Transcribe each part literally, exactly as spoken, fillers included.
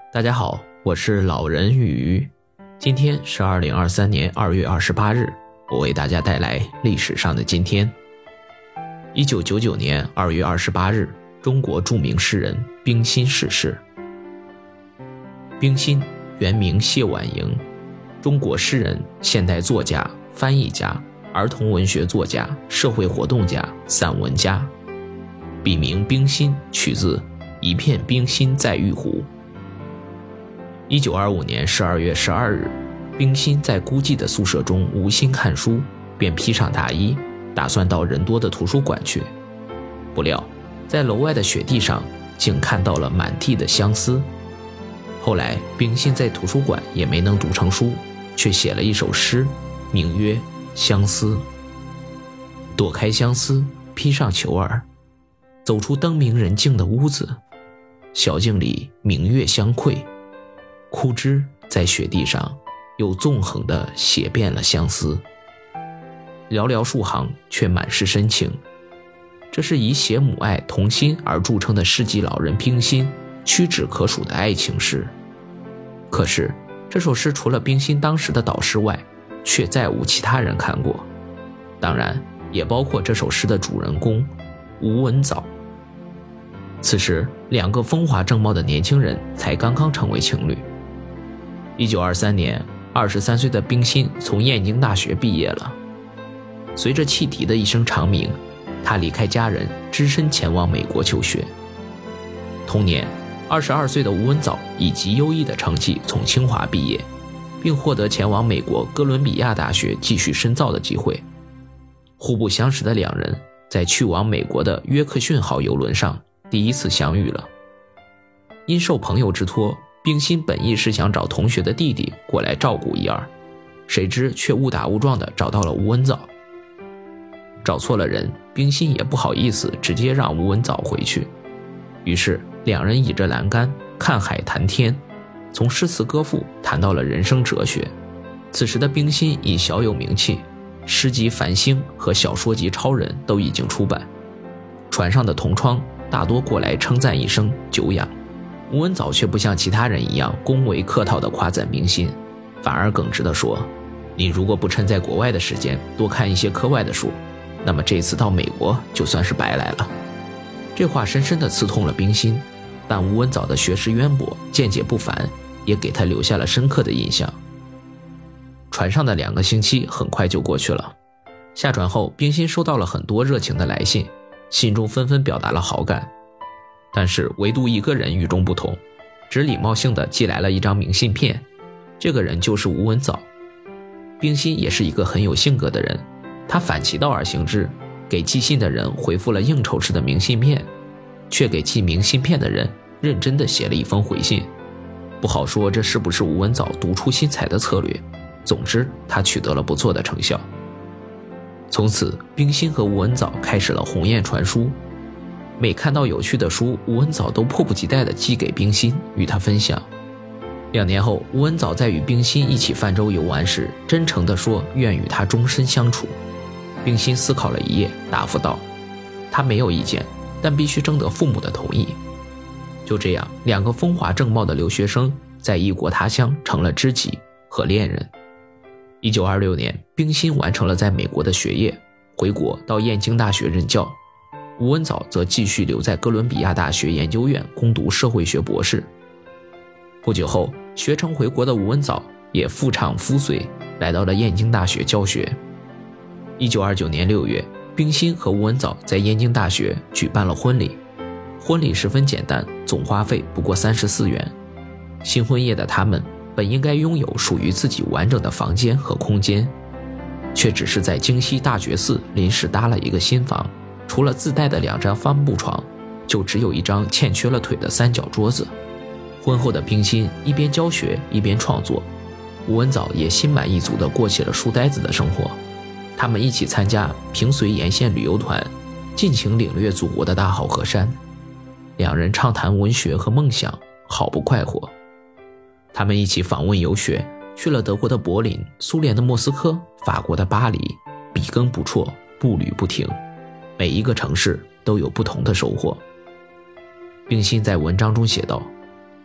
大家好，我是老人与鱼。今天是二零二三年二月二十八日，我为大家带来历史上的今天。一九九九年二月二十八日，中国著名诗人冰心逝世。冰心原名谢婉莹，中国诗人、现代作家、翻译家、儿童文学作家、社会活动家、散文家。笔名冰心取自一片冰心在玉壶。一九二五年十二月十二日，冰心在孤寂的宿舍中无心看书，便披上大衣，打算到人多的图书馆去。不料在楼外的雪地上竟看到了满地的相思。后来冰心在图书馆也没能读成书，却写了一首诗，名曰《相思》。躲开相思，披上裘儿，走出灯明人静的屋子，小径里明月相馈，枯枝在雪地上又纵横地写遍了相思。寥寥数行，却满是深情。这是以写母爱童心而著称的世纪老人冰心屈指可数的爱情诗。可是这首诗除了冰心当时的导师外，却再无其他人看过，当然也包括这首诗的主人公吴文藻。此时两个风华正茂的年轻人才刚刚成为情侣。一九二三年，二十三岁的冰心从燕京大学毕业了。随着汽笛的一声长鸣，他离开家人，只身前往美国求学。同年，二十二岁的吴文藻以极优异的成绩从清华毕业，并获得前往美国哥伦比亚大学继续深造的机会。互不相识的两人在去往美国的约克逊号邮轮上第一次相遇了。因受朋友之托，冰心本意是想找同学的弟弟过来照顾一二，谁知却误打误撞地找到了吴文藻。找错了人，冰心也不好意思直接让吴文藻回去，于是两人倚着栏杆看海谈天，从诗词歌赋谈到了人生哲学。此时的冰心已小有名气，诗集《繁星》和小说集《超人》都已经出版。船上的同窗大多过来称赞一声久仰。吴文藻却不像其他人一样恭维客套地夸赞冰心，反而耿直地说，你如果不趁在国外的时间多看一些课外的书，那么这次到美国就算是白来了。这话深深地刺痛了冰心，但吴文藻的学识渊博，见解不凡，也给他留下了深刻的印象。船上的两个星期很快就过去了。下船后，冰心收到了很多热情的来信，信中纷纷表达了好感。但是唯独一个人与众不同，只礼貌性地寄来了一张明信片，这个人就是吴文藻。冰心也是一个很有性格的人，他反其道而行之，给寄信的人回复了应酬式的明信片，却给寄明信片的人认真地写了一封回信。不好说这是不是吴文藻独出心裁的策略，总之他取得了不错的成效。从此冰心和吴文藻开始了鸿雁传书，每看到有趣的书，吴文藻都迫不及待地寄给冰心与他分享。两年后，吴文藻在与冰心一起泛舟游玩时，真诚地说愿与他终身相处。冰心思考了一夜，答复道，他没有意见，但必须征得父母的同意。就这样，两个风华正茂的留学生在异国他乡成了知己和恋人。一九二六年，冰心完成了在美国的学业，回国到燕京大学任教。吴文藻则继续留在哥伦比亚大学研究院攻读社会学博士。不久后，学成回国的吴文藻也夫唱妇随，来到了燕京大学教学。一九二九年六月，冰心和吴文藻在燕京大学举办了婚礼。婚礼十分简单，总花费不过三十四元。新婚夜的他们本应该拥有属于自己完整的房间和空间，却只是在京西大觉寺临时搭了一个新房，除了自带的两张帆布床，就只有一张欠缺了腿的三角桌子。婚后的冰心一边教学一边创作，吴文藻也心满意足地过起了书呆子的生活。他们一起参加平绥沿线旅游团，尽情领略祖国的大好河山。两人畅谈文学和梦想，好不快活。他们一起访问游学，去了德国的柏林、苏联的莫斯科、法国的巴黎，笔耕不辍，步履不停，每一个城市都有不同的收获。冰心在文章中写道，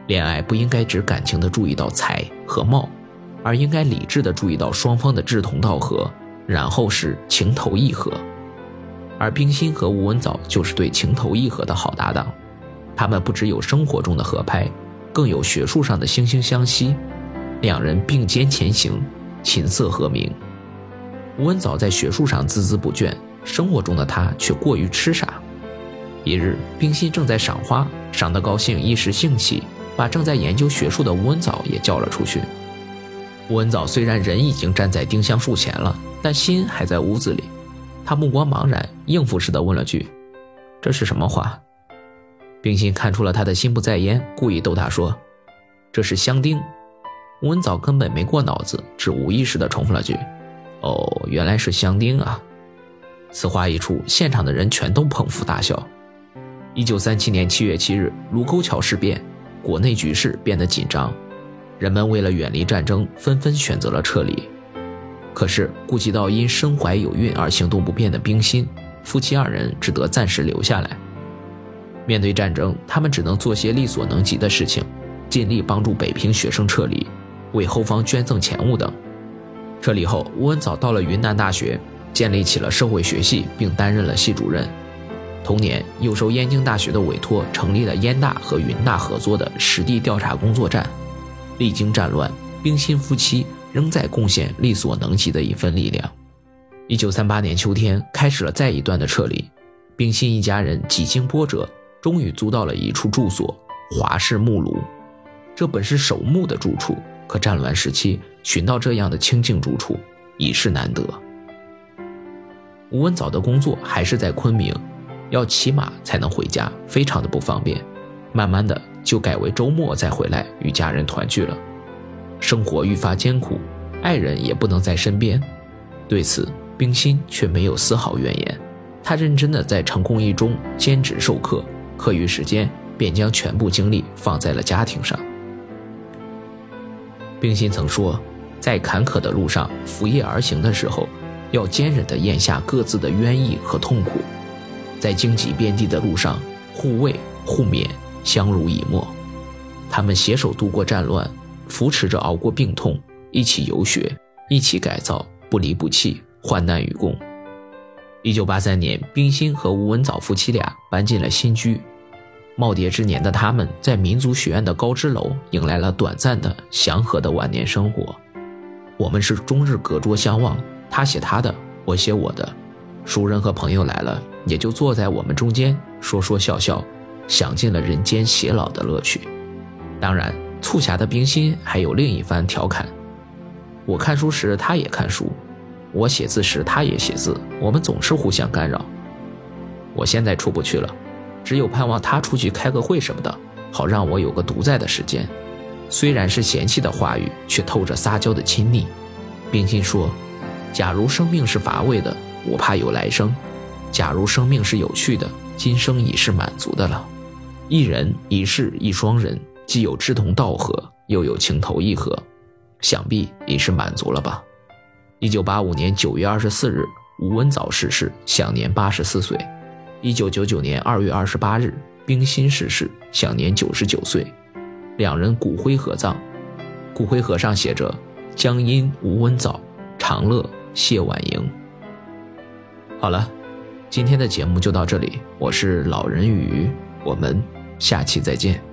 恋爱不应该只感情地注意到才和貌，而应该理智地注意到双方的志同道合，然后是情投意合。而冰心和吴文藻就是对情投意合的好搭档，他们不只有生活中的合拍，更有学术上的惺惺相惜，两人并肩前行，琴瑟和鸣。吴文藻在学术上孜孜不倦，生活中的他却过于痴傻。一日，冰心正在赏花，赏得高兴，一时兴起，把正在研究学术的吴文藻也叫了出去。吴文藻虽然人已经站在丁香树前了，但心还在屋子里。他目光茫然，应付似的问了句：“这是什么花？”冰心看出了他的心不在焉，故意逗他说：“这是香丁。”吴文藻根本没过脑子，只无意识地重复了句：“哦，原来是香丁啊。”此话一出，现场的人全都捧腹大笑。一九三七年七月七日，卢沟桥事变，国内局势变得紧张，人们为了远离战争，纷纷选择了撤离。可是顾及到因身怀有孕而行动不便的冰心，夫妻二人只得暂时留下来。面对战争，他们只能做些力所能及的事情，尽力帮助北平学生撤离，为后方捐赠钱物等。撤离后，吴文藻到了云南大学，建立起了社会学系，并担任了系主任。同年，又受燕京大学的委托，成立了燕大和云大合作的实地调查工作站。历经战乱，冰心夫妻仍在贡献力所能及的一份力量。一九三八年秋天，开始了再一段的撤离。冰心一家人几经波折，终于租到了一处住所——华氏木庐。这本是守墓的住处，可战乱时期寻到这样的清静住处，已是难得。吴文藻的工作还是在昆明，要骑马才能回家，非常的不方便。慢慢的就改为周末再回来与家人团聚了。生活愈发艰苦，爱人也不能在身边。对此，冰心却没有丝毫怨言。她认真的在成功一中兼职授课，课余时间便将全部精力放在了家庭上。冰心曾说，在坎坷的路上扶叶而行的时候，要坚忍地咽下各自的冤意和痛苦，在荆棘遍地的路上互慰互勉，相濡以沫。他们携手度过战乱，扶持着熬过病痛，一起游学，一起改造，不离不弃，患难与共。一九八三年，冰心和吴文藻夫妻俩搬进了新居。耄耋之年的他们在民族学院的高枝楼迎来了短暂的祥和的晚年生活。我们是终日隔桌相望，他写他的，我写我的。熟人和朋友来了，也就坐在我们中间，说说笑笑，享尽了人间偕老的乐趣。当然，促狭的冰心还有另一番调侃：我看书时他也看书，我写字时他也写字，我们总是互相干扰。我现在出不去了，只有盼望他出去开个会什么的，好让我有个独在的时间。虽然是嫌弃的话语，却透着撒娇的亲昵。冰心说，假如生命是乏味的，我怕有来生；假如生命是有趣的，今生已是满足的了。一人一事一双人，既有志同道合，又有情投意合，想必已是满足了吧。一九八五年九月二十四日，吴文藻逝世，享年八十四岁。一九九九年二月二十八日，冰心逝世，享年九十九岁。两人骨灰合葬，骨灰盒上写着江阴吴文藻，长乐谢婉莹。好了，今天的节目就到这里，我是老人与鱼，我们下期再见。